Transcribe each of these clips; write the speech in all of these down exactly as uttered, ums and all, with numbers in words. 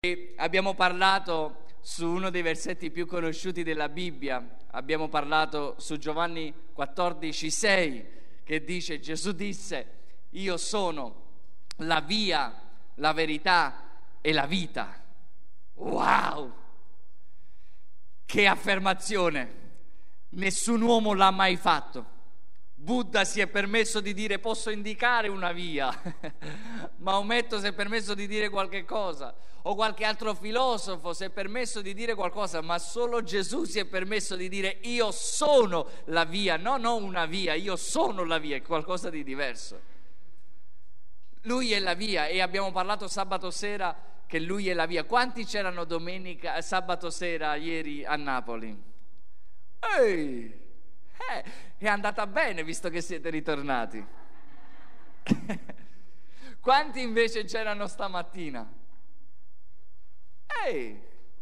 E abbiamo parlato su uno dei versetti più conosciuti della Bibbia, abbiamo parlato su Giovanni quattordici sei, che dice: Gesù disse: io sono la via, la verità e la vita. Wow! Che affermazione! Nessun uomo l'ha mai fatto. Buddha si è permesso di dire: posso indicare una via. Maometto si è permesso di dire qualche cosa, o qualche altro filosofo si è permesso di dire qualcosa, ma solo Gesù si è permesso di dire: io sono la via, no, non una via, io sono la via, è qualcosa di diverso. Lui è la via, e abbiamo parlato sabato sera che lui è la via. Quanti c'erano domenica, sabato sera ieri a Napoli? Ehi! Eh, è andata bene, visto che siete ritornati. Quanti invece c'erano stamattina? Ehi!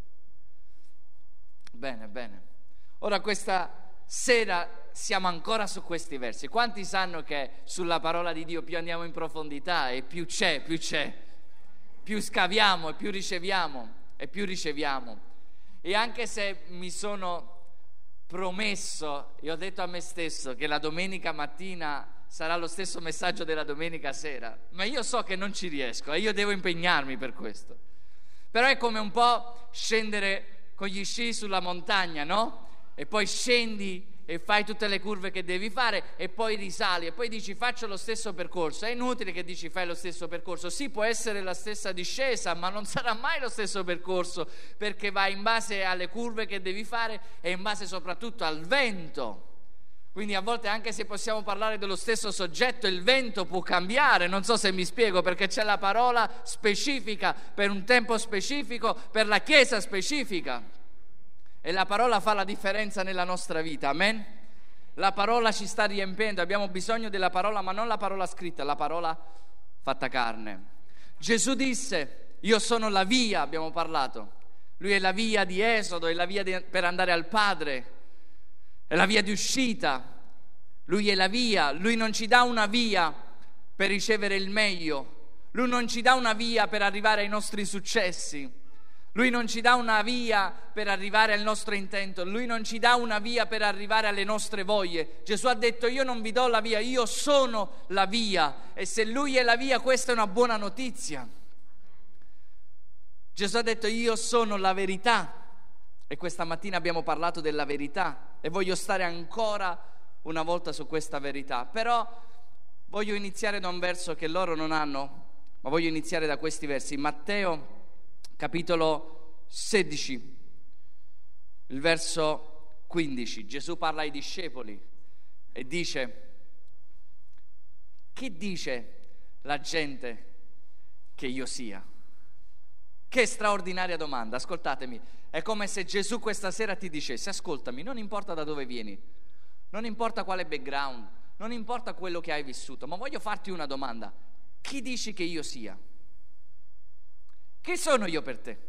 Bene, bene. Ora questa sera siamo ancora su questi versi. Quanti sanno che sulla parola di Dio più andiamo in profondità e più c'è, più c'è, più scaviamo e più riceviamo e più riceviamo. E anche se mi sono promesso e ho detto a me stesso che la domenica mattina sarà lo stesso messaggio della domenica sera, ma io so che non ci riesco e io devo impegnarmi per questo. Però è come un po' scendere con gli sci sulla montagna, no? E poi scendi e fai tutte le curve che devi fare e poi risali e poi dici: faccio lo stesso percorso. È inutile che dici fai lo stesso percorso. Sì, può essere la stessa discesa, ma non sarà mai lo stesso percorso, perché vai in base alle curve che devi fare e in base soprattutto al vento. Quindi a volte, anche se possiamo parlare dello stesso soggetto, il vento può cambiare. Non so se mi spiego, perché c'è la parola specifica per un tempo specifico, per la chiesa specifica. E la parola fa la differenza nella nostra vita, amen? La parola ci sta riempendo, abbiamo bisogno della parola, ma non la parola scritta, la parola fatta carne. Gesù disse: io sono la via, abbiamo parlato. Lui è la via di esodo, è la via di, per andare al Padre, è la via di uscita. Lui è la via, lui non ci dà una via per ricevere il meglio, lui non ci dà una via per arrivare ai nostri successi. Lui non ci dà una via per arrivare al nostro intento, lui non ci dà una via per arrivare alle nostre voglie. Gesù ha detto: io non vi do la via, io sono la via. E se lui è la via, questa è una buona notizia. Gesù ha detto: io sono la verità. E questa mattina abbiamo parlato della verità e voglio stare ancora una volta su questa verità. Però voglio iniziare da un verso che loro non hanno, ma voglio iniziare da questi versi. Matteo capitolo sedici, il verso quindici. Gesù parla ai discepoli e dice: chi dice la gente che io sia? Che straordinaria domanda, ascoltatemi. È come se Gesù questa sera ti dicesse: ascoltami, non importa da dove vieni, non importa quale background, non importa quello che hai vissuto, ma voglio farti una domanda: chi dici che io sia? Chi sono io per te?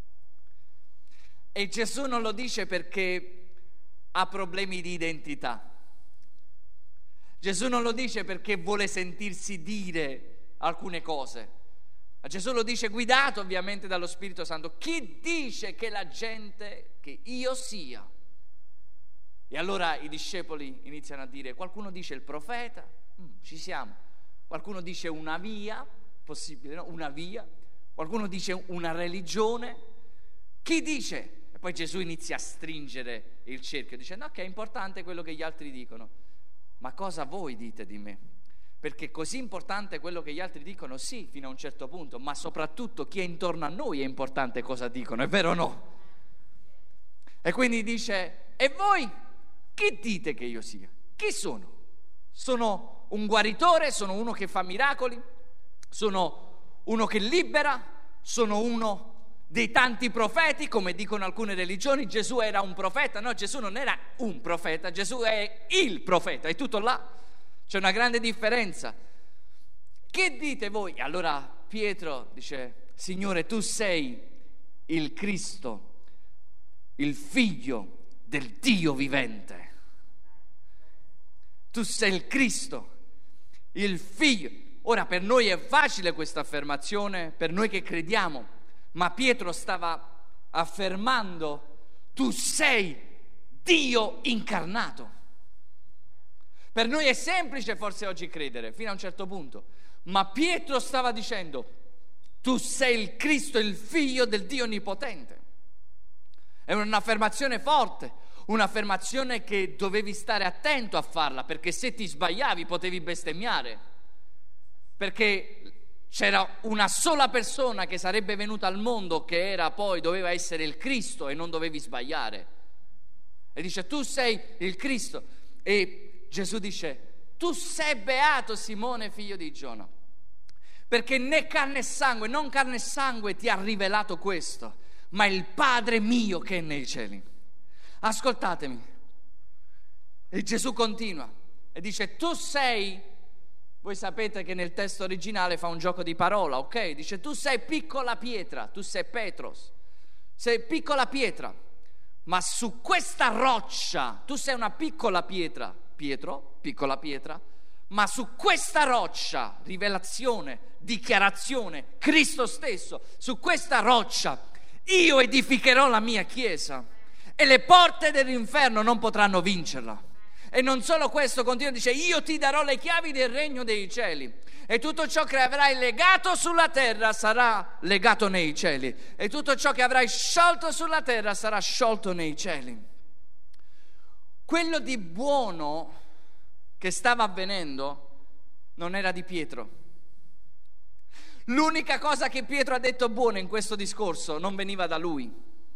E Gesù non lo dice perché ha problemi di identità. Gesù non lo dice perché vuole sentirsi dire alcune cose. Ma Gesù lo dice guidato ovviamente dallo Spirito Santo. Chi dice che la gente che io sia? E allora i discepoli iniziano a dire: qualcuno dice il profeta, mm, ci siamo. Qualcuno dice una via, possibile, no? Una via. Qualcuno dice una religione. Chi dice? E poi Gesù inizia a stringere il cerchio dicendo: ok, è importante quello che gli altri dicono, ma cosa voi dite di me? Perché così importante quello che gli altri dicono, sì, fino a un certo punto, ma soprattutto chi è intorno a noi è importante cosa dicono, è vero o no? E quindi dice: e voi chi dite che io sia? Chi sono? Sono un guaritore? Sono uno che fa miracoli? Sono uno che libera? Sono uno dei tanti profeti, come dicono alcune religioni? Gesù era un profeta? No, Gesù non era un profeta, Gesù è il profeta, è tutto là. C'è una grande differenza. Che dite voi? E allora Pietro dice: Signore, tu sei il Cristo, il figlio del Dio vivente. Tu sei il Cristo, il figlio. Ora, per noi è facile questa affermazione, per noi che crediamo, ma Pietro stava affermando: tu sei Dio incarnato. Per noi è semplice forse oggi credere, fino a un certo punto, ma Pietro stava dicendo: tu sei il Cristo, il figlio del Dio onnipotente. È un'affermazione forte, un'affermazione che dovevi stare attento a farla, perché se ti sbagliavi potevi bestemmiare, perché c'era una sola persona che sarebbe venuta al mondo, che era poi, doveva essere il Cristo, e non dovevi sbagliare. E dice: tu sei il Cristo. E Gesù dice: tu sei beato, Simone, figlio di Giona, perché né carne e sangue, non carne e sangue ti ha rivelato questo, ma il Padre mio che è nei cieli. Ascoltatemi. E Gesù continua e dice: tu sei... Voi sapete che nel testo originale fa un gioco di parola, ok? Dice: tu sei piccola pietra, tu sei Petros, sei piccola pietra, ma su questa roccia, tu sei una piccola pietra, Pietro, piccola pietra, ma su questa roccia, rivelazione, dichiarazione, Cristo stesso, su questa roccia io edificherò la mia chiesa e le porte dell'inferno non potranno vincerla. E non solo questo, continua, dice: io ti darò le chiavi del regno dei cieli, e tutto ciò che avrai legato sulla terra sarà legato nei cieli, e tutto ciò che avrai sciolto sulla terra sarà sciolto nei cieli. Quello di buono che stava avvenendo non era di Pietro. L'unica cosa che Pietro ha detto buona in questo discorso non veniva da lui.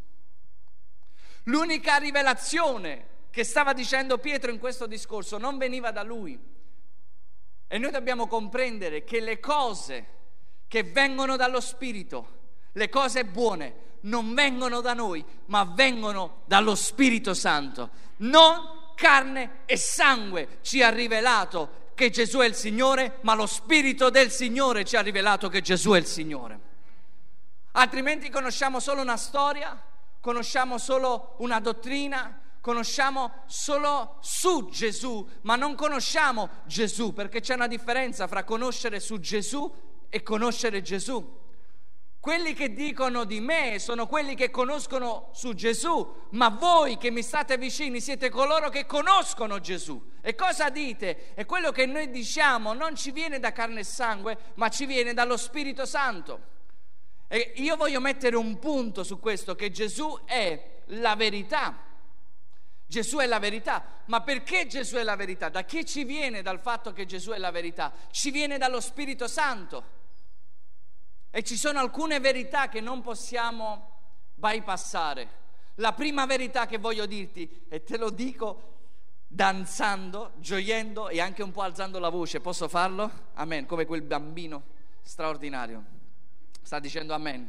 L'unica rivelazione che stava dicendo Pietro in questo discorso non veniva da lui. E noi dobbiamo comprendere che le cose che vengono dallo Spirito, le cose buone, non vengono da noi, ma vengono dallo Spirito Santo. Non carne e sangue ci ha rivelato che Gesù è il Signore, ma lo Spirito del Signore ci ha rivelato che Gesù è il Signore. Altrimenti conosciamo solo una storia, conosciamo solo una dottrina, conosciamo solo su Gesù, ma non conosciamo Gesù, perché c'è una differenza fra conoscere su Gesù e conoscere Gesù. Quelli che dicono di me sono quelli che conoscono su Gesù, ma voi che mi state vicini siete coloro che conoscono Gesù. E cosa dite? E quello che noi diciamo non ci viene da carne e sangue, ma ci viene dallo Spirito Santo. E io voglio mettere un punto su questo, che Gesù è la verità. Gesù è la verità, ma perché Gesù è la verità? Da chi ci viene dal fatto che Gesù è la verità? Ci viene dallo Spirito Santo. E ci sono alcune verità che non possiamo bypassare. La prima verità che voglio dirti, e te lo dico danzando, gioiendo e anche un po' alzando la voce, posso farlo? Amen, come quel bambino straordinario sta dicendo amen.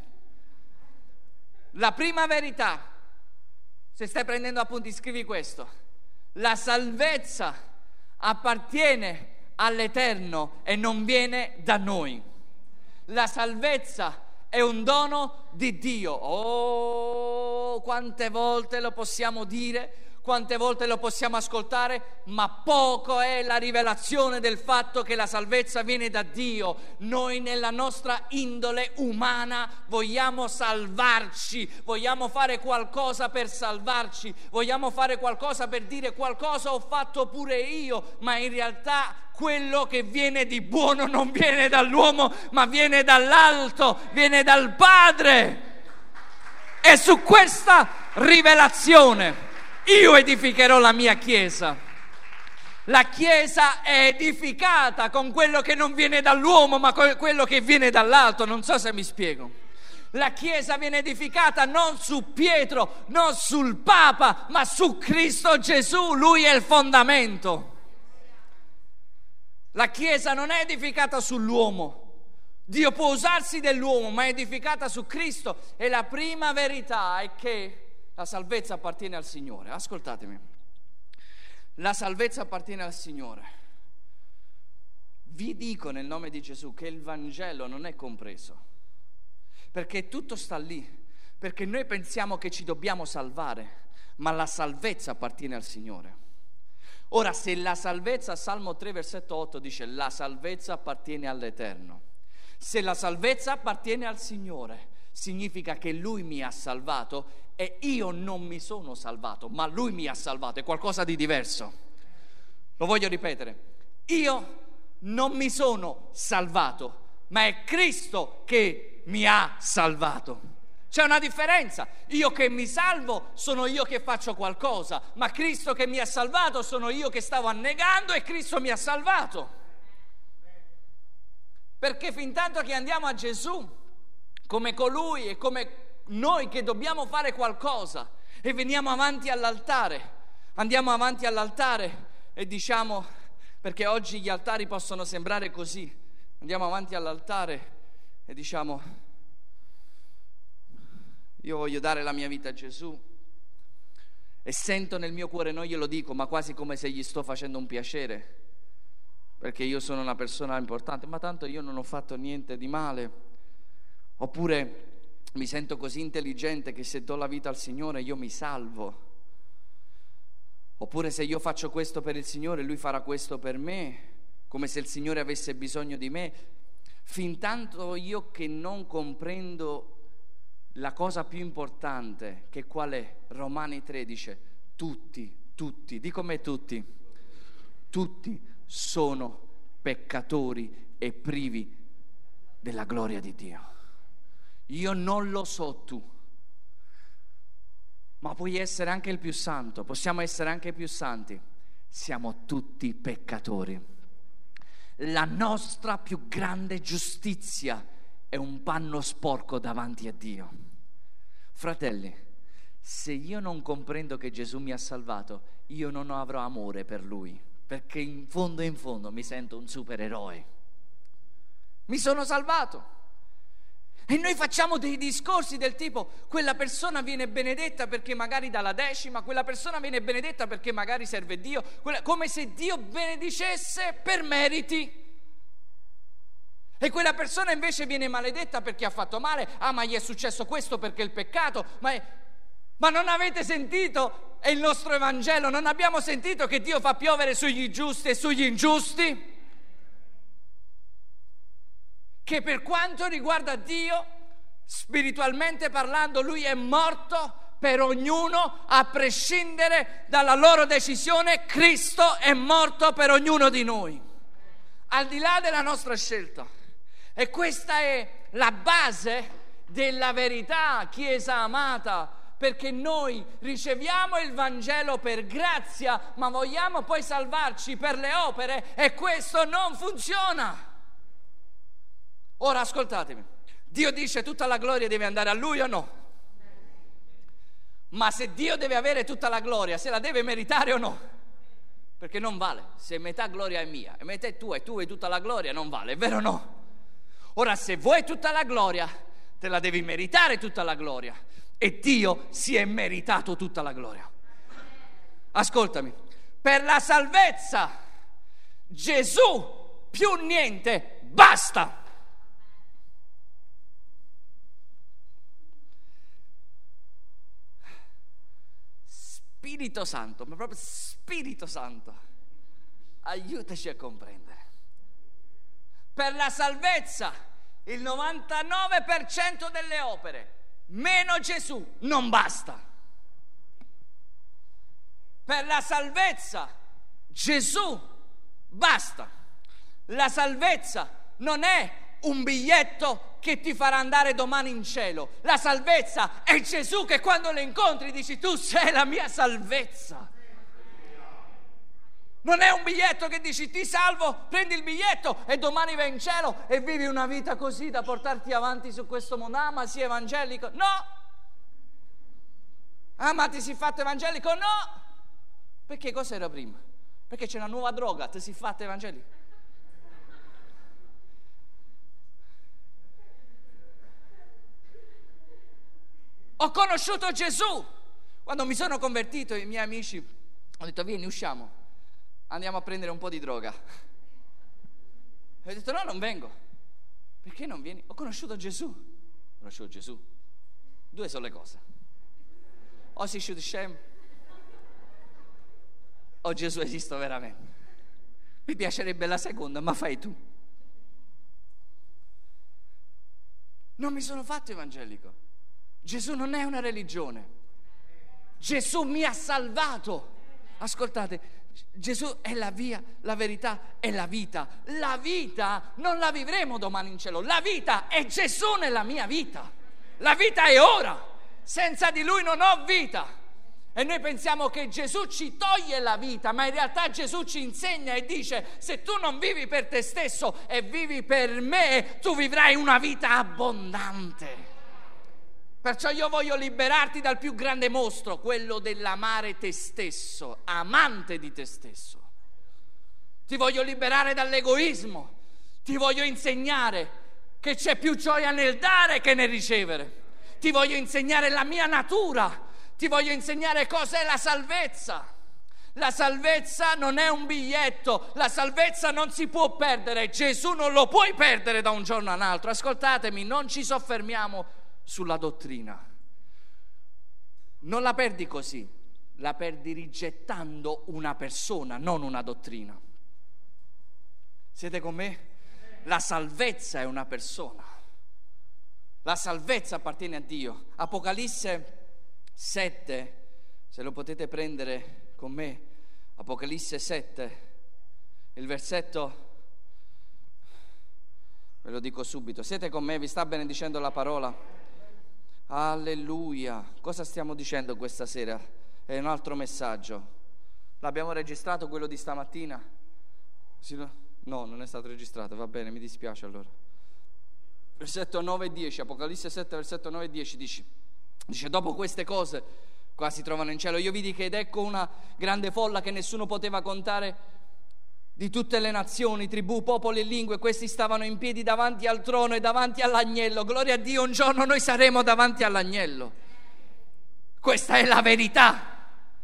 La prima verità, se stai prendendo appunti scrivi questo: la salvezza appartiene all'Eterno e non viene da noi. La salvezza è un dono di Dio. Oh, quante volte lo possiamo dire, quante volte lo possiamo ascoltare, ma poco è la rivelazione del fatto che la salvezza viene da Dio. Noi nella nostra indole umana vogliamo salvarci, vogliamo fare qualcosa per salvarci, vogliamo fare qualcosa per dire qualcosa ho fatto pure io, ma in realtà quello che viene di buono non viene dall'uomo, ma viene dall'alto, viene dal Padre. E su questa rivelazione io edificherò la mia chiesa. La chiesa è edificata con quello che non viene dall'uomo, ma con quello che viene dall'alto. Non so se mi spiego. La chiesa viene edificata non su Pietro, non sul Papa, ma su Cristo Gesù. Lui è il fondamento. La chiesa non è edificata sull'uomo. Dio può usarsi dell'uomo, ma è edificata su Cristo. E la prima verità è che la salvezza appartiene al Signore. Ascoltatemi. La salvezza appartiene al Signore. Vi dico nel nome di Gesù che il Vangelo non è compreso, perché tutto sta lì, perché noi pensiamo che ci dobbiamo salvare, ma la salvezza appartiene al Signore. Ora, se la salvezza, Salmo tre versetto otto dice la salvezza appartiene all'Eterno, se la salvezza appartiene al Signore, significa che Lui mi ha salvato e io non mi sono salvato, ma Lui mi ha salvato, è qualcosa di diverso. Lo voglio ripetere, io non mi sono salvato, ma è Cristo che mi ha salvato. C'è una differenza. Io che mi salvo sono io che faccio qualcosa, ma Cristo che mi ha salvato sono io che stavo annegando e Cristo mi ha salvato. Perché fin tanto che andiamo a Gesù come colui e come noi che dobbiamo fare qualcosa e veniamo avanti all'altare, andiamo avanti all'altare e diciamo, perché oggi gli altari possono sembrare così, andiamo avanti all'altare e diciamo: io voglio dare la mia vita a Gesù, e sento nel mio cuore, non glielo dico, ma quasi come se gli sto facendo un piacere, perché io sono una persona importante, ma tanto io non ho fatto niente di male. Oppure mi sento così intelligente che se do la vita al Signore io mi salvo. Oppure se io faccio questo per il Signore, Lui farà questo per me, come se il Signore avesse bisogno di me. Fintanto io che non comprendo la cosa più importante, che qual è? Romani tredici, tutti, tutti, dico me tutti, tutti sono peccatori e privi della gloria di Dio. Io non lo so tu, ma puoi essere anche il più santo, possiamo essere anche i più santi, siamo tutti peccatori. La nostra più grande giustizia è un panno sporco davanti a Dio. Fratelli, se io non comprendo che Gesù mi ha salvato, io non avrò amore per Lui, perché in fondo in fondo mi sento un supereroe. Mi sono salvato. E noi facciamo dei discorsi del tipo: quella persona viene benedetta perché magari dà la decima, quella persona viene benedetta perché magari serve Dio, quella, come se Dio benedicesse per meriti. E quella persona invece viene maledetta perché ha fatto male. Ah, ma gli è successo questo perché è il peccato. Ma, è... ma non avete sentito? È il nostro Evangelo. Non abbiamo sentito che Dio fa piovere sugli giusti e sugli ingiusti? Che per quanto riguarda Dio, spiritualmente parlando, Lui è morto per ognuno, a prescindere dalla loro decisione. Cristo è morto per ognuno di noi, al di là della nostra scelta. E questa è la base della verità, Chiesa amata, perché noi riceviamo il Vangelo per grazia, ma vogliamo poi salvarci per le opere, e questo non funziona. Ora ascoltatemi, Dio dice tutta la gloria deve andare a Lui o no? Ma se Dio deve avere tutta la gloria, se la deve meritare o no? Perché non vale. Se metà gloria è mia e metà è tua e tu hai tutta la gloria, non vale, è vero o no? Ora, se vuoi tutta la gloria, te la devi meritare tutta la gloria, e Dio si è meritato tutta la gloria. Ascoltami, per la salvezza Gesù più niente, basta. Spirito Santo, ma proprio Spirito Santo, aiutaci a comprendere. Per la salvezza il novantanove per cento delle opere meno Gesù non basta. Per la salvezza Gesù basta. La salvezza non è un biglietto che ti farà andare domani in cielo. La salvezza è Gesù, che quando lo incontri dici: tu sei la mia salvezza. Non è un biglietto che dici: ti salvo, prendi il biglietto e domani vai in cielo e vivi una vita così da portarti avanti su questo mondo. Ah, ma sei evangelico? No. Ah, ma ti sei fatto evangelico? No. Perché cosa era prima? Perché c'è una nuova droga, ti sei fatto evangelico? Ho conosciuto Gesù. Quando mi sono convertito, i miei amici hanno detto: vieni, usciamo, andiamo a prendere un po' di droga. E ho detto: no, non vengo. Perché non vieni? Ho conosciuto Gesù. Ho conosciuto Gesù. Due sono le cose: o si shoot shame, o Gesù esiste veramente. Mi piacerebbe la seconda, ma fai tu. Non mi sono fatto evangelico. Gesù non è una religione. Gesù mi ha salvato. Ascoltate, Gesù è la via, la verità e la vita. La vita non la vivremo domani in cielo. La vita è Gesù nella mia vita. La vita è ora. Senza di Lui non ho vita. E noi pensiamo che Gesù ci toglie la vita, ma in realtà Gesù ci insegna e dice: se tu non vivi per te stesso e vivi per me, tu vivrai una vita abbondante. Perciò io voglio liberarti dal più grande mostro, quello dell'amare te stesso, amante di te stesso. Ti voglio liberare dall'egoismo, ti voglio insegnare che c'è più gioia nel dare che nel ricevere. Ti voglio insegnare la mia natura, ti voglio insegnare cos'è la salvezza. La salvezza non è un biglietto, la salvezza non si può perdere, Gesù non lo puoi perdere da un giorno all'altro. Ascoltatemi, non ci soffermiamo sulla dottrina. Non la perdi così, la perdi rigettando una persona, non una dottrina. Siete con me? La salvezza è una persona. La salvezza appartiene a Dio. Apocalisse sette, se lo potete prendere con me, Apocalisse sette, il versetto, ve lo dico subito. Siete con me? Vi sta benedicendo la parola? Alleluia. Cosa stiamo dicendo questa sera? È un altro messaggio. L'abbiamo registrato quello di stamattina? Sì, no? No, non è stato registrato, va bene, mi dispiace allora. Versetto nove e dieci, Apocalisse sette, versetto nove e dieci dice, dice dopo queste cose, qua si trovano in cielo, io vidi che ed ecco una grande folla che nessuno poteva contare, di tutte le nazioni, tribù, popoli e lingue. Questi stavano in piedi davanti al trono e davanti all'agnello. Gloria a Dio, un giorno noi saremo davanti all'agnello. Questa è la verità.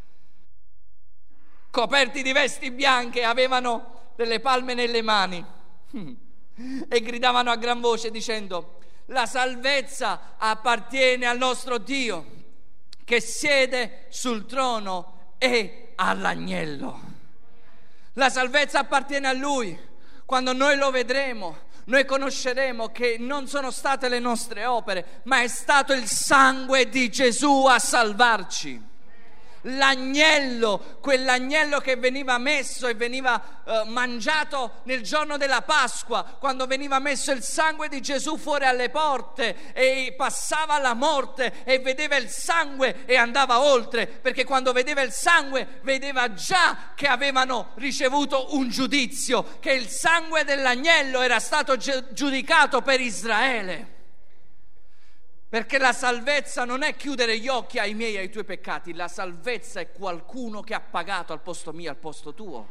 Coperti di vesti bianche, avevano delle palme nelle mani e gridavano a gran voce dicendo: la salvezza appartiene al nostro Dio che siede sul trono e all'agnello. La salvezza appartiene a Lui. Quando noi lo vedremo, noi conosceremo che non sono state le nostre opere, ma è stato il sangue di Gesù a salvarci. L'agnello, quell'agnello che veniva messo e veniva eh, mangiato nel giorno della Pasqua, quando veniva messo il sangue di Gesù fuori alle porte e passava la morte e vedeva il sangue e andava oltre, perché quando vedeva il sangue vedeva già che avevano ricevuto un giudizio, che il sangue dell'agnello era stato giudicato per Israele. Perché la salvezza non è chiudere gli occhi ai miei e ai tuoi peccati, la salvezza è qualcuno che ha pagato al posto mio, al posto tuo.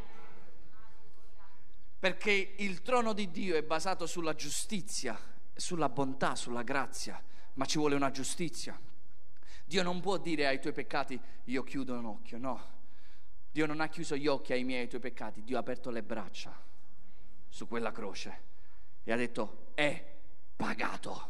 Perché il trono di Dio è basato sulla giustizia, sulla bontà, sulla grazia, ma ci vuole una giustizia. Dio non può dire ai tuoi peccati: io chiudo un occhio, no. Dio non ha chiuso gli occhi ai miei e ai tuoi peccati, Dio ha aperto le braccia su quella croce e ha detto: è pagato.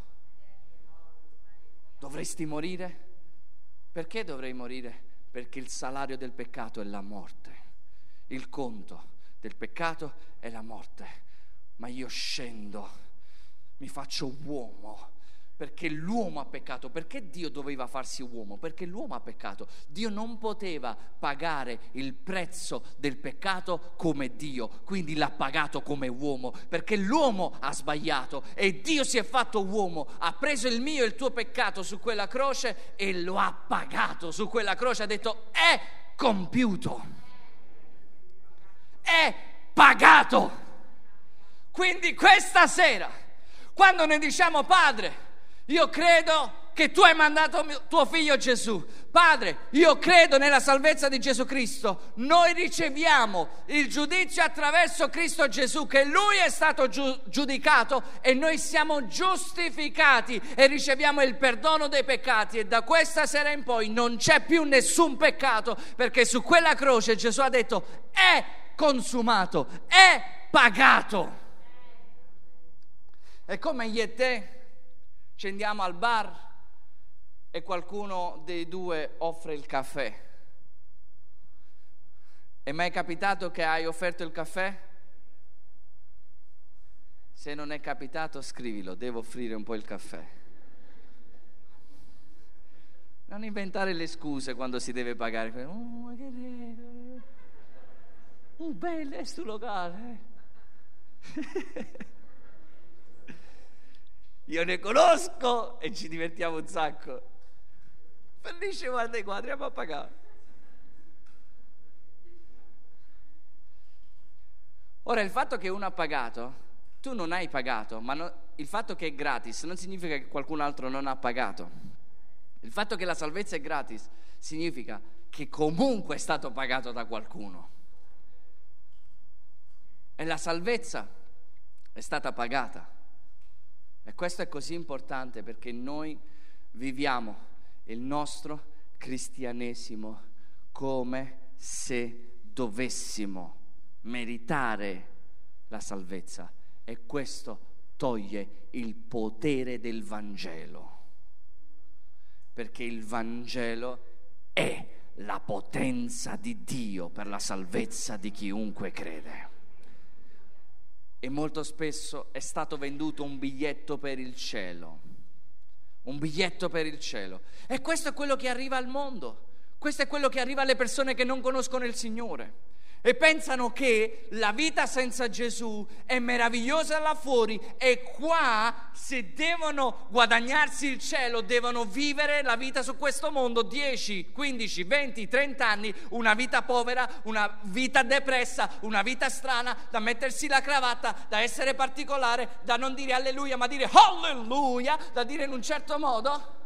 Dovresti morire? Perché dovrei morire? Perché il salario del peccato è la morte. Il conto del peccato è la morte. Ma io scendo, mi faccio uomo, perché l'uomo ha peccato. Perché Dio doveva farsi uomo? Perché l'uomo ha peccato. Dio non poteva pagare il prezzo del peccato come Dio, quindi l'ha pagato come uomo, perché l'uomo ha sbagliato e Dio si è fatto uomo, ha preso il mio e il tuo peccato su quella croce e lo ha pagato su quella croce, ha detto: è compiuto, è pagato. Quindi questa sera, quando noi diciamo: Padre, io credo che tu hai mandato tuo figlio Gesù, Padre, io credo nella salvezza di Gesù Cristo, noi riceviamo il giudizio attraverso Cristo Gesù, che Lui è stato giudicato e noi siamo giustificati e riceviamo il perdono dei peccati, e da questa sera in poi non c'è più nessun peccato, perché su quella croce Gesù ha detto: è consumato, è pagato. È come io e te ci andiamo al bar e qualcuno dei due offre il caffè. È mai capitato che hai offerto il caffè? Se non è capitato, scrivilo: devo offrire un po' il caffè. non inventare le scuse quando si deve pagare. Oh, ma che regalo! Oh, bello è sto locale! Io ne conosco e ci divertiamo un sacco. Felice, guarda qua, andiamo a pagare. Ora, il fatto che uno ha pagato, tu non hai pagato, ma no, il fatto che è gratis non significa che qualcun altro non ha pagato. Il fatto che la salvezza è gratis significa che comunque è stato pagato da qualcuno. E la salvezza è stata pagata. E questo è così importante perché noi viviamo il nostro cristianesimo come se dovessimo meritare la salvezza, e questo toglie il potere del Vangelo, perché il Vangelo è la potenza di Dio per la salvezza di chiunque crede. E molto spesso è stato venduto un biglietto per il cielo, un biglietto per il cielo, e questo è quello che arriva al mondo, questo è quello che arriva alle persone che non conoscono il Signore e pensano che la vita senza Gesù è meravigliosa là fuori, e qua, se devono guadagnarsi il cielo, devono vivere la vita su questo mondo dieci, quindici, venti, trenta anni, una vita povera, una vita depressa, una vita strana, da mettersi la cravatta, da essere particolare, da non dire alleluia ma dire alleluia, da dire in un certo modo.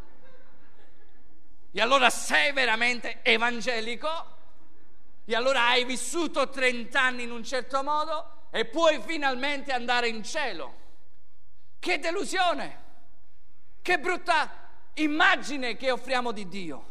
E allora sei veramente evangelico? E allora hai vissuto trent'anni in un certo modo e puoi finalmente andare in cielo. Che delusione! Che brutta immagine che offriamo di Dio.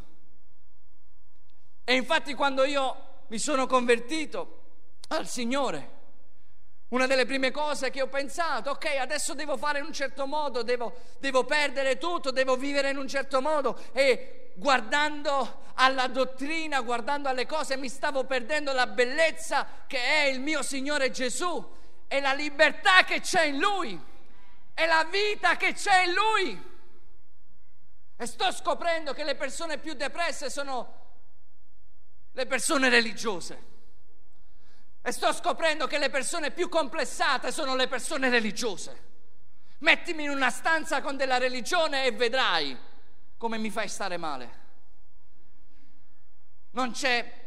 E infatti quando io mi sono convertito al Signore, una delle prime cose che ho pensato, ok, adesso devo fare in un certo modo, devo, devo perdere tutto, devo vivere in un certo modo, e guardando alla dottrina, guardando alle cose, mi stavo perdendo la bellezza che è il mio Signore Gesù, e la libertà che c'è in Lui, e la vita che c'è in Lui. E sto scoprendo che le persone più depresse sono le persone religiose. E sto scoprendo che le persone più complessate sono le persone religiose. Mettimi in una stanza con della religione e vedrai come mi fai stare male. Non c'è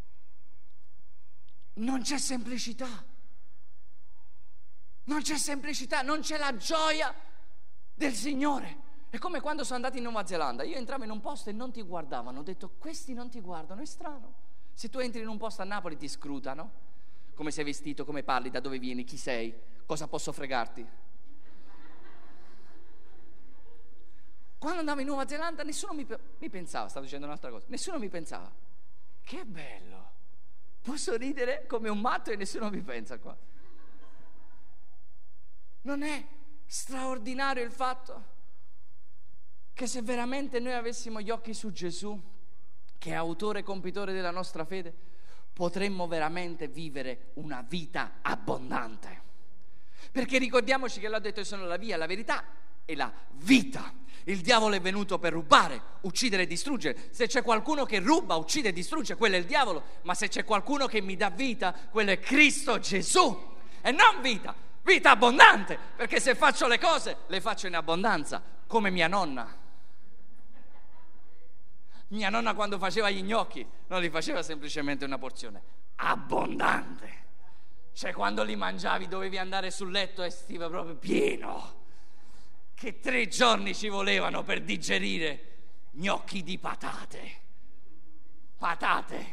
non c'è semplicità. Non c'è semplicità, non c'è la gioia del Signore. È come quando sono andato in Nuova Zelanda. Io entravo in un posto e non ti guardavano. Ho detto, questi non ti guardano, è strano. Se tu entri in un posto a Napoli ti scrutano. Come sei vestito, come parli, da dove vieni, chi sei, cosa posso fregarti. Quando andavo in Nuova Zelanda nessuno mi, mi pensava, stavo dicendo un'altra cosa, nessuno mi pensava. Che bello, posso ridere come un matto e nessuno mi pensa qua. Non è straordinario il fatto che se veramente noi avessimo gli occhi su Gesù, che è autore e compitore della nostra fede, potremmo veramente vivere una vita abbondante. Perché ricordiamoci che l'ha detto: io sono la via, la verità e la vita. Il diavolo è venuto per rubare, uccidere e distruggere. Se c'è qualcuno che ruba, uccide e distrugge, quello è il diavolo. Ma se c'è qualcuno che mi dà vita, quello è Cristo Gesù. E non vita, vita abbondante. Perché se faccio le cose, le faccio in abbondanza, come mia nonna. Mia nonna quando faceva gli gnocchi non li faceva semplicemente una porzione, abbondante. Cioè quando li mangiavi dovevi andare sul letto e stiva proprio pieno. Che tre giorni ci volevano per digerire gnocchi di patate. Patate.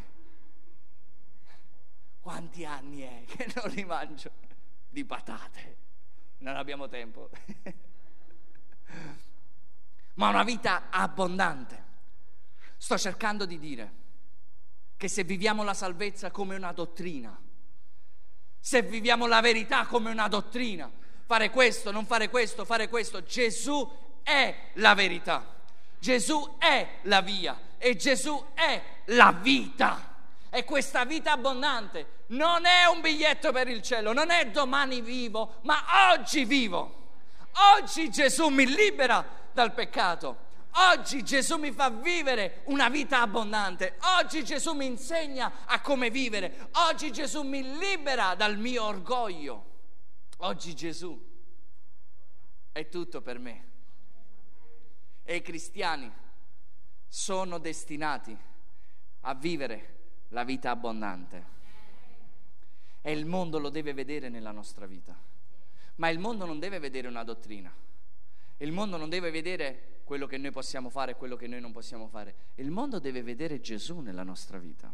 Quanti anni è che non li mangio di patate? Non abbiamo tempo. Ma una vita abbondante. Sto cercando di dire che se viviamo la salvezza come una dottrina, se viviamo la verità come una dottrina, fare questo, non fare questo, fare questo, Gesù è la verità, Gesù è la via e Gesù è la vita. E questa vita abbondante non è un biglietto per il cielo, non è domani vivo, ma oggi vivo. Oggi Gesù mi libera dal peccato. Oggi Gesù mi fa vivere una vita abbondante. Oggi Gesù mi insegna a come vivere. Oggi Gesù mi libera dal mio orgoglio. Oggi Gesù è tutto per me. E i cristiani sono destinati a vivere la vita abbondante. E il mondo lo deve vedere nella nostra vita. Ma il mondo non deve vedere una dottrina. Il mondo non deve vedere quello che noi possiamo fare e quello che noi non possiamo fare. Il mondo deve vedere Gesù nella nostra vita.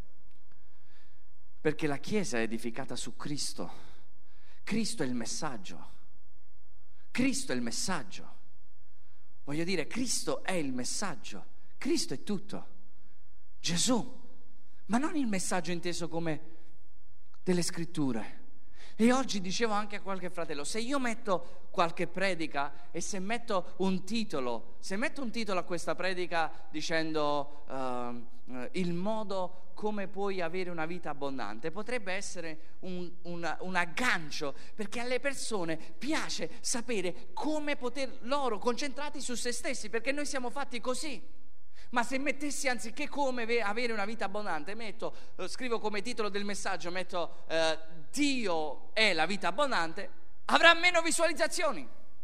Perché la Chiesa è edificata su Cristo. Cristo è il messaggio. Cristo è il messaggio. Voglio dire, Cristo è il messaggio. Cristo è tutto. Gesù. Ma non il messaggio inteso come delle scritture. E oggi dicevo anche a qualche fratello, se io metto qualche predica e se metto un titolo, se metto un titolo a questa predica dicendo uh, il modo come puoi avere una vita abbondante, potrebbe essere un, un, un aggancio, perché alle persone piace sapere come poter loro concentrati su se stessi, perché noi siamo fatti così. Ma se mettessi anziché come avere una vita abbondante, metto, scrivo come titolo del messaggio, metto eh, Dio è la vita abbondante, avrà meno visualizzazioni.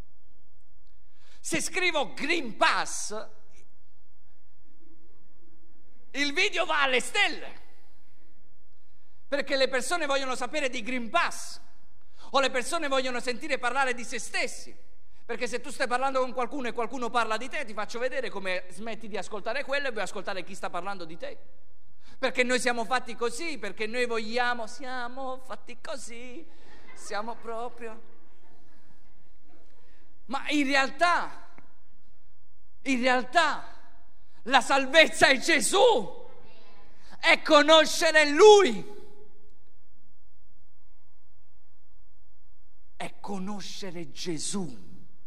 Se scrivo Green Pass, il video va alle stelle, perché le persone vogliono sapere di Green Pass, o le persone vogliono sentire parlare di se stessi. Perché se tu stai parlando con qualcuno e qualcuno parla di te, ti faccio vedere come smetti di ascoltare quello e vuoi ascoltare chi sta parlando di te. Perché noi siamo fatti così, perché noi vogliamo, siamo fatti così, siamo proprio... Ma in realtà, in realtà, la salvezza è Gesù, è conoscere Lui, è conoscere Gesù.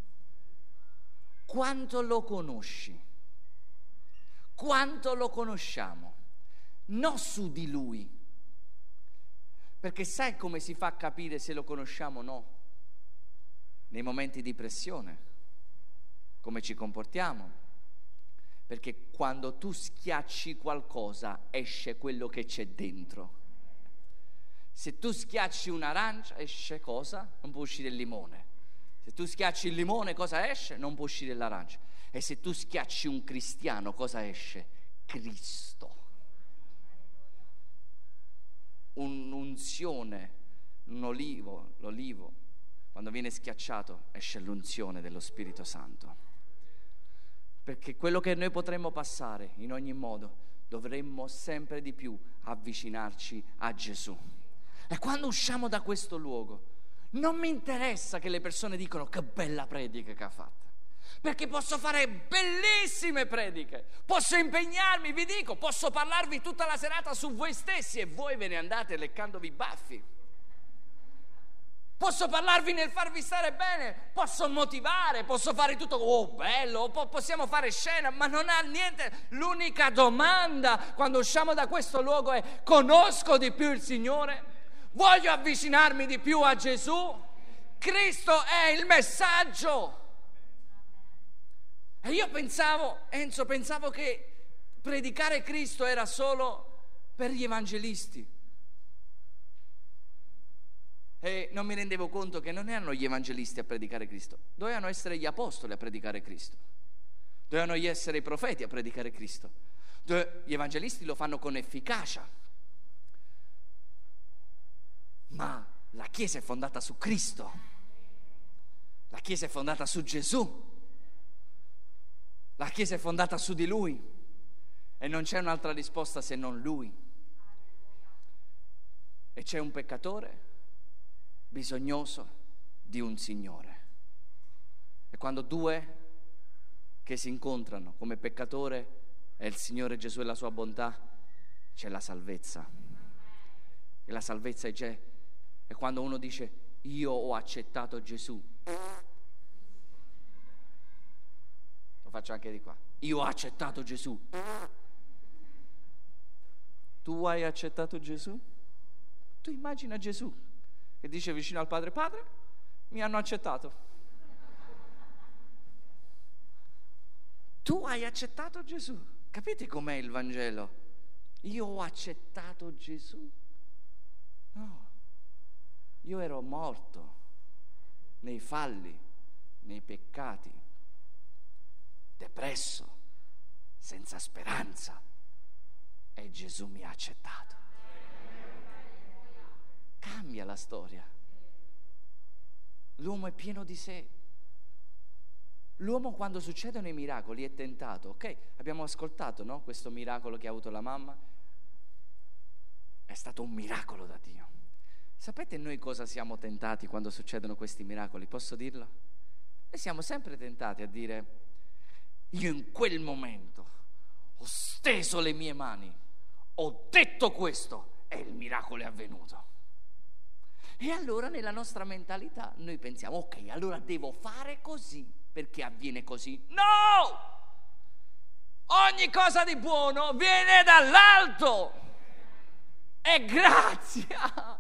Quanto lo conosci? Quanto lo conosciamo? Non su di Lui. Perché sai come si fa a capire se lo conosciamo o no? Nei momenti di pressione. Come ci comportiamo. Perché quando tu schiacci qualcosa, esce quello che c'è dentro. Se tu schiacci un'arancia, esce cosa? Non può uscire il limone. Se tu schiacci il limone, cosa esce? Non può uscire l'arancia. E se tu schiacci un cristiano, cosa esce? Cristo. Un'unzione, un olivo, l'olivo, quando viene schiacciato, esce l'unzione dello Spirito Santo. Perché quello che noi potremmo passare in ogni modo, dovremmo sempre di più avvicinarci a Gesù. E quando usciamo da questo luogo, non mi interessa che le persone dicono che bella predica che ha fatto, perché posso fare bellissime prediche, posso impegnarmi, vi dico, posso parlarvi tutta la serata su voi stessi e voi ve ne andate leccandovi i baffi. Posso parlarvi nel farvi stare bene, posso motivare, posso fare tutto, oh bello, po- possiamo fare scena, ma non ha niente. L'unica domanda quando usciamo da questo luogo è: conosco di più il Signore? Voglio avvicinarmi di più a Gesù? Cristo è il messaggio. E io pensavo, Enzo, pensavo che predicare Cristo era solo per gli evangelisti. E non mi rendevo conto che non erano gli evangelisti a predicare Cristo, dovevano essere gli apostoli a predicare Cristo, dovevano essere i profeti a predicare Cristo. Gli evangelisti lo fanno con efficacia. Ma la Chiesa è fondata su Cristo, la Chiesa è fondata su Gesù, la Chiesa è fondata su di Lui e non c'è un'altra risposta se non Lui. E c'è un peccatore bisognoso di un Signore. E quando due che si incontrano come peccatore e il Signore Gesù e la sua bontà, c'è la salvezza. E la salvezza è già. E quando uno dice io ho accettato Gesù, lo faccio anche di qua, io ho accettato Gesù. Tu hai accettato Gesù? Tu immagina Gesù che dice vicino al Padre: Padre, mi hanno accettato. tu hai accettato Gesù. Capite com'è il Vangelo? Io ho accettato Gesù? No, io ero morto nei falli, nei peccati, depresso, senza speranza, e Gesù mi ha accettato. Cambia la storia. L'uomo è pieno di sé. L'uomo, quando succedono i miracoli, è tentato. Ok, abbiamo ascoltato, no? Questo miracolo che ha avuto la mamma è stato un miracolo da Dio. Sapete noi cosa siamo tentati quando succedono questi miracoli? Posso dirlo? Noi siamo sempre tentati a dire: io in quel momento ho steso le mie mani, ho detto questo e il miracolo è avvenuto. E allora nella nostra mentalità noi pensiamo: ok, allora devo fare così perché avviene così. No! Ogni cosa di buono viene dall'alto, è grazia,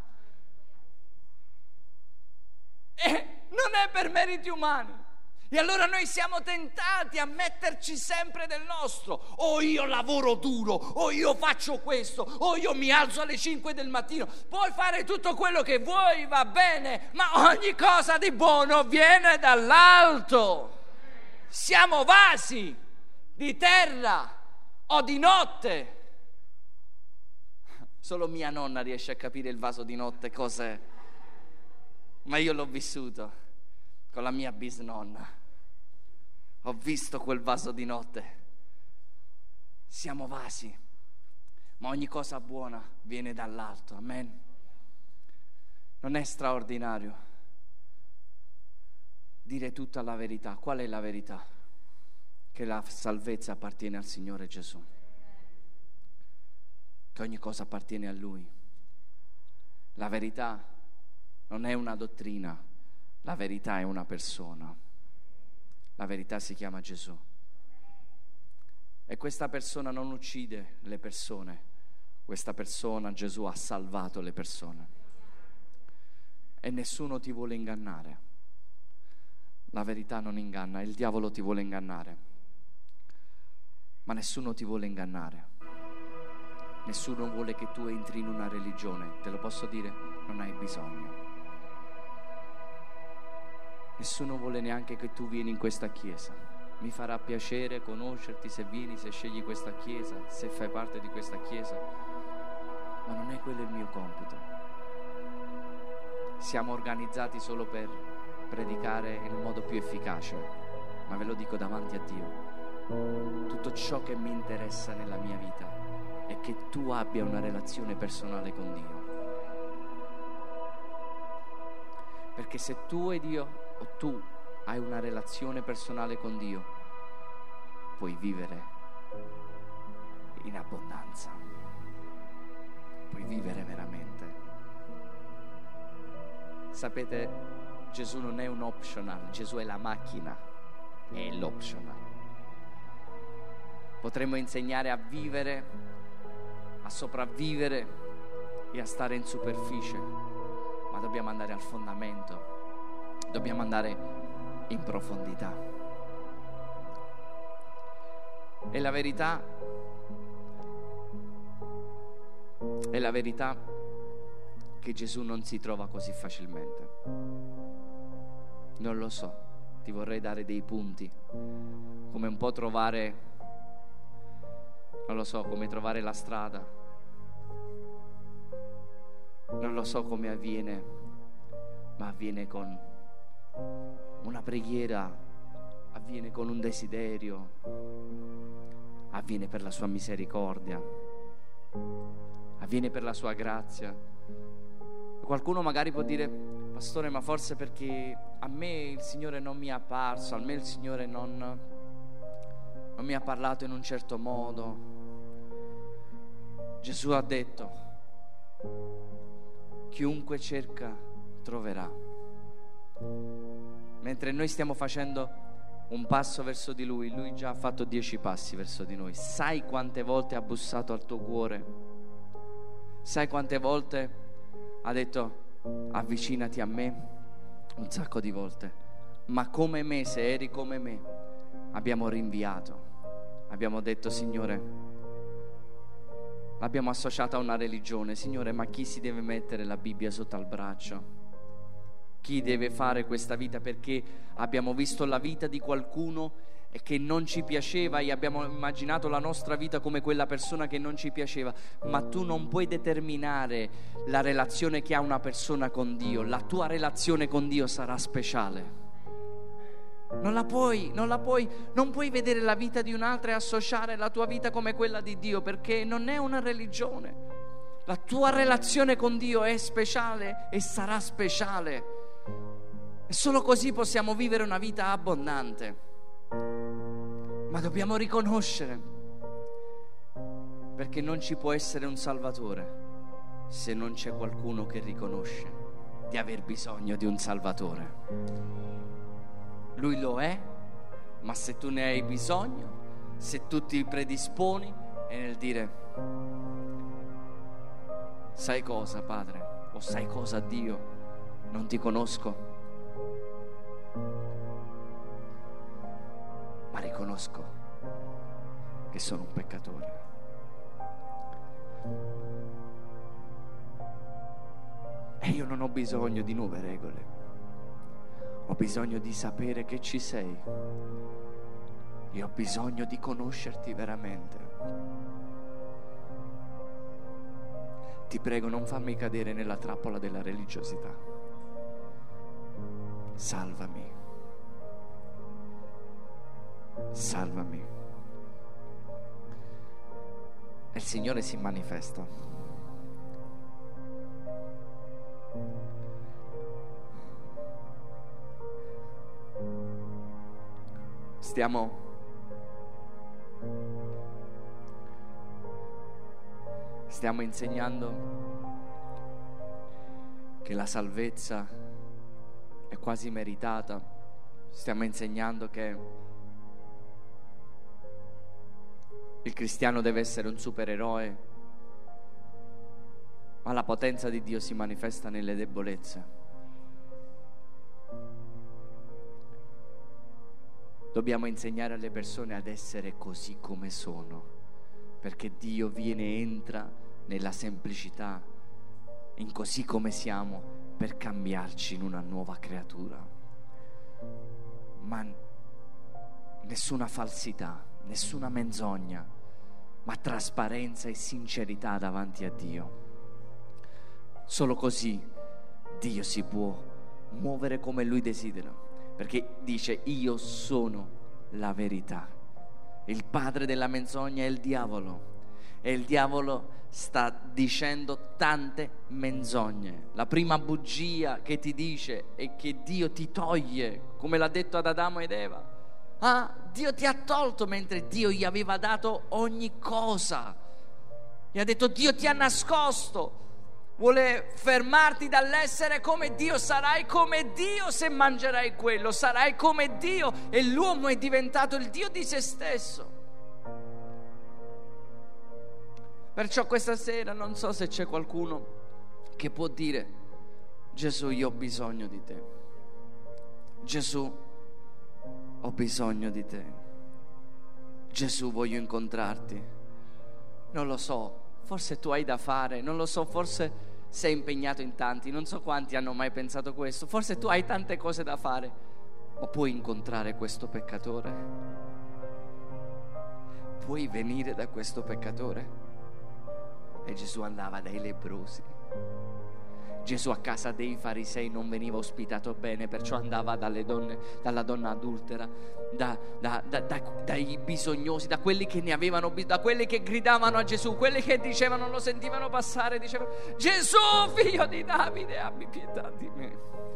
e non è per meriti umani. E allora noi siamo tentati a metterci sempre del nostro. O io lavoro duro, o io faccio questo, o io mi alzo alle cinque del mattino. Puoi fare tutto quello che vuoi, va bene, ma ogni cosa di buono viene dall'alto. Siamo vasi di terra o di notte. Solo mia nonna riesce a capire il vaso di notte cos'è, ma io l'ho vissuto con la mia bisnonna. Ho visto quel vaso di notte. Siamo vasi, ma ogni cosa buona viene dall'alto. Amen. Non è straordinario dire tutta la verità? Qual è la verità? Che la salvezza appartiene al Signore Gesù, che ogni cosa appartiene a Lui. La verità non è una dottrina, la verità è una persona. La verità si chiama Gesù. E questa persona non uccide le persone. Questa persona, Gesù, ha salvato le persone. E nessuno ti vuole ingannare. La verità non inganna, il diavolo ti vuole ingannare. Ma nessuno ti vuole ingannare. Nessuno vuole che tu entri in una religione. Te lo posso dire? Non hai bisogno. Nessuno vuole neanche che tu vieni in questa chiesa. Mi farà piacere conoscerti se vieni, se scegli questa chiesa, se fai parte di questa chiesa, ma non è quello il mio compito. Siamo organizzati solo per predicare in un modo più efficace, ma ve lo dico davanti a Dio: tutto ciò che mi interessa nella mia vita è che tu abbia una relazione personale con Dio. Perché se tu ed io o tu hai una relazione personale con Dio, puoi vivere in abbondanza, puoi vivere veramente. Sapete, Gesù non è un optional, Gesù è la macchina, è l'optional. Potremmo insegnare a vivere, a sopravvivere e a stare in superficie, ma dobbiamo andare al fondamento. Dobbiamo andare in profondità. E la verità è la verità che Gesù non si trova così facilmente. Non lo so, ti vorrei dare dei punti, come un po' trovare, non lo so, come trovare la strada. Non lo so come avviene, ma avviene con una preghiera, avviene con un desiderio, avviene per la sua misericordia, avviene per la sua grazia. Qualcuno magari può dire: pastore, ma forse perché a me il Signore non mi è apparso, a me il Signore non, non mi ha parlato in un certo modo. Gesù ha detto: chiunque cerca troverà. Mentre noi stiamo facendo un passo verso di Lui, Lui già ha fatto dieci passi verso di noi. Sai quante volte ha bussato al tuo cuore? Sai quante volte ha detto: avvicinati a me? Un sacco di volte. Ma come me, se eri come me, abbiamo rinviato, abbiamo detto: Signore, l'abbiamo associata a una religione. Signore, ma chi si deve mettere la Bibbia sotto al braccio? Chi deve fare questa vita? Perché abbiamo visto la vita di qualcuno e che non ci piaceva e abbiamo immaginato la nostra vita come quella persona che non ci piaceva. Ma tu non puoi determinare la relazione che ha una persona con Dio. La tua relazione con Dio sarà speciale. Non la puoi, non la puoi, non puoi vedere la vita di un'altra e associare la tua vita come quella di Dio, perché non è una religione. La tua relazione con Dio è speciale e sarà speciale. E solo così possiamo vivere una vita abbondante. Ma dobbiamo riconoscere, perché non ci può essere un Salvatore se non c'è qualcuno che riconosce di aver bisogno di un Salvatore. Lui lo è, ma se tu ne hai bisogno, se tu ti predisponi, è nel dire: sai cosa, Padre? O sai cosa, Dio? Non ti conosco, ma riconosco che sono un peccatore. E io non ho bisogno di nuove regole, ho bisogno di sapere che ci sei. Io ho bisogno di conoscerti veramente. Ti prego, non fammi cadere nella trappola della religiosità. Salvami. Salvami. E il Signore si manifesta. Stiamo stiamo insegnando che la salvezza è quasi meritata. Stiamo insegnando che il cristiano deve essere un supereroe, ma la potenza di Dio si manifesta nelle debolezze. Dobbiamo insegnare alle persone ad essere così come sono, perché Dio viene e entra nella semplicità, in così come siamo, per cambiarci in una nuova creatura. Ma nessuna falsità, nessuna menzogna, ma trasparenza e sincerità davanti a Dio. Solo così Dio si può muovere come Lui desidera, perché dice: io sono la verità. Il padre della menzogna è il diavolo, e il diavolo sta dicendo tante menzogne. La prima bugia che ti dice è che Dio ti toglie, come l'ha detto ad Adamo ed Eva. Ah, Dio ti ha tolto, mentre Dio gli aveva dato ogni cosa. Gli ha detto: Dio ti ha nascosto. Vuole fermarti dall'essere come Dio. Sarai come Dio se mangerai quello. Sarai come Dio. E l'uomo è diventato il Dio di se stesso. Perciò questa sera non so se c'è qualcuno che può dire: Gesù, io ho bisogno di te. Gesù, ho bisogno di te. Gesù, voglio incontrarti. Non lo so, forse tu hai da fare, non lo so, forse sei impegnato in tanti, non so quanti hanno mai pensato questo, forse tu hai tante cose da fare, ma puoi incontrare questo peccatore? Puoi venire da questo peccatore? E Gesù andava dai lebbrosi. Gesù a casa dei farisei non veniva ospitato bene, perciò andava dalle donne, dalla donna adultera, da, da, da, da, dai bisognosi, da quelli che ne avevano bisogno, da quelli che gridavano a Gesù, quelli che dicevano, lo sentivano passare, dicevano: Gesù, figlio di Davide, abbi pietà di me.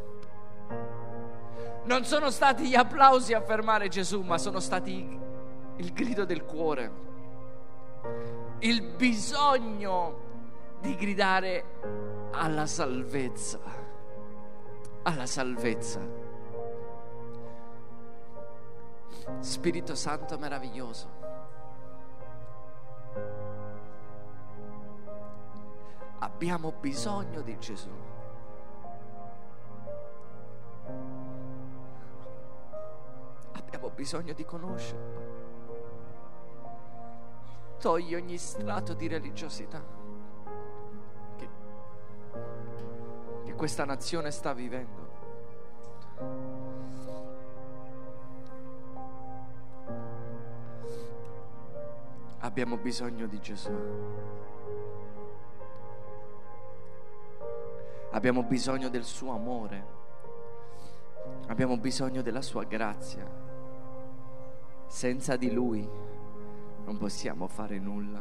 Non sono stati gli applausi a fermare Gesù, ma sono stati il grido del cuore, il bisogno di gridare alla salvezza, alla salvezza. Spirito Santo meraviglioso, abbiamo bisogno di Gesù. Abbiamo bisogno di conoscerlo. togli ogni strato di religiosità che, che questa nazione sta vivendo. Abbiamo bisogno di Gesù. Abbiamo bisogno del suo amore. Abbiamo bisogno della sua grazia. Senza di lui non possiamo fare nulla.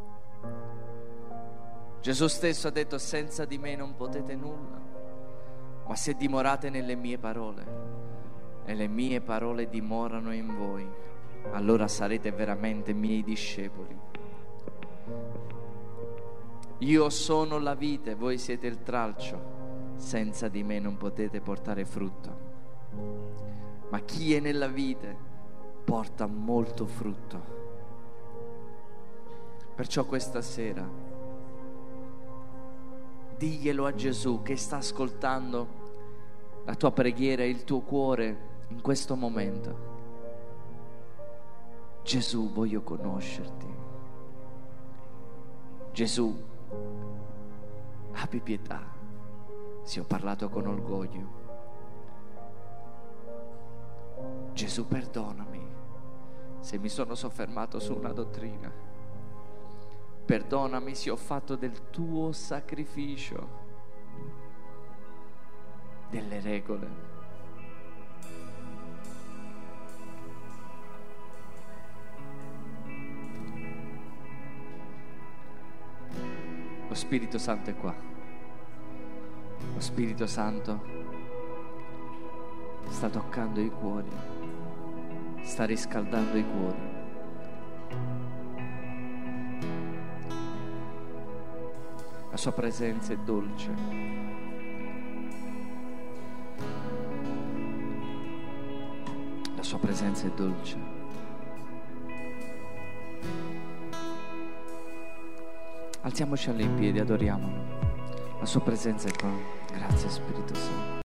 Gesù stesso ha detto: senza di me non potete nulla, ma se dimorate nelle mie parole e le mie parole dimorano in voi, allora sarete veramente miei discepoli. Io sono la vite, voi siete il tralcio. Senza di me non potete portare frutto, ma chi è nella vite porta molto frutto. Perciò questa sera diglielo a Gesù che sta ascoltando la tua preghiera e il tuo cuore in questo momento: Gesù, voglio conoscerti. Gesù, abbi pietà se ho parlato con orgoglio. Gesù, perdonami se mi sono soffermato su una dottrina. Perdonami se ho fatto del tuo sacrificio delle regole. Lo Spirito Santo è qua. Lo Spirito Santo sta toccando i cuori, sta riscaldando i cuori. La sua presenza è dolce. La sua presenza è dolce. Alziamoci alle in piedi, adoriamolo. La sua presenza è qua. Grazie Spirito Santo.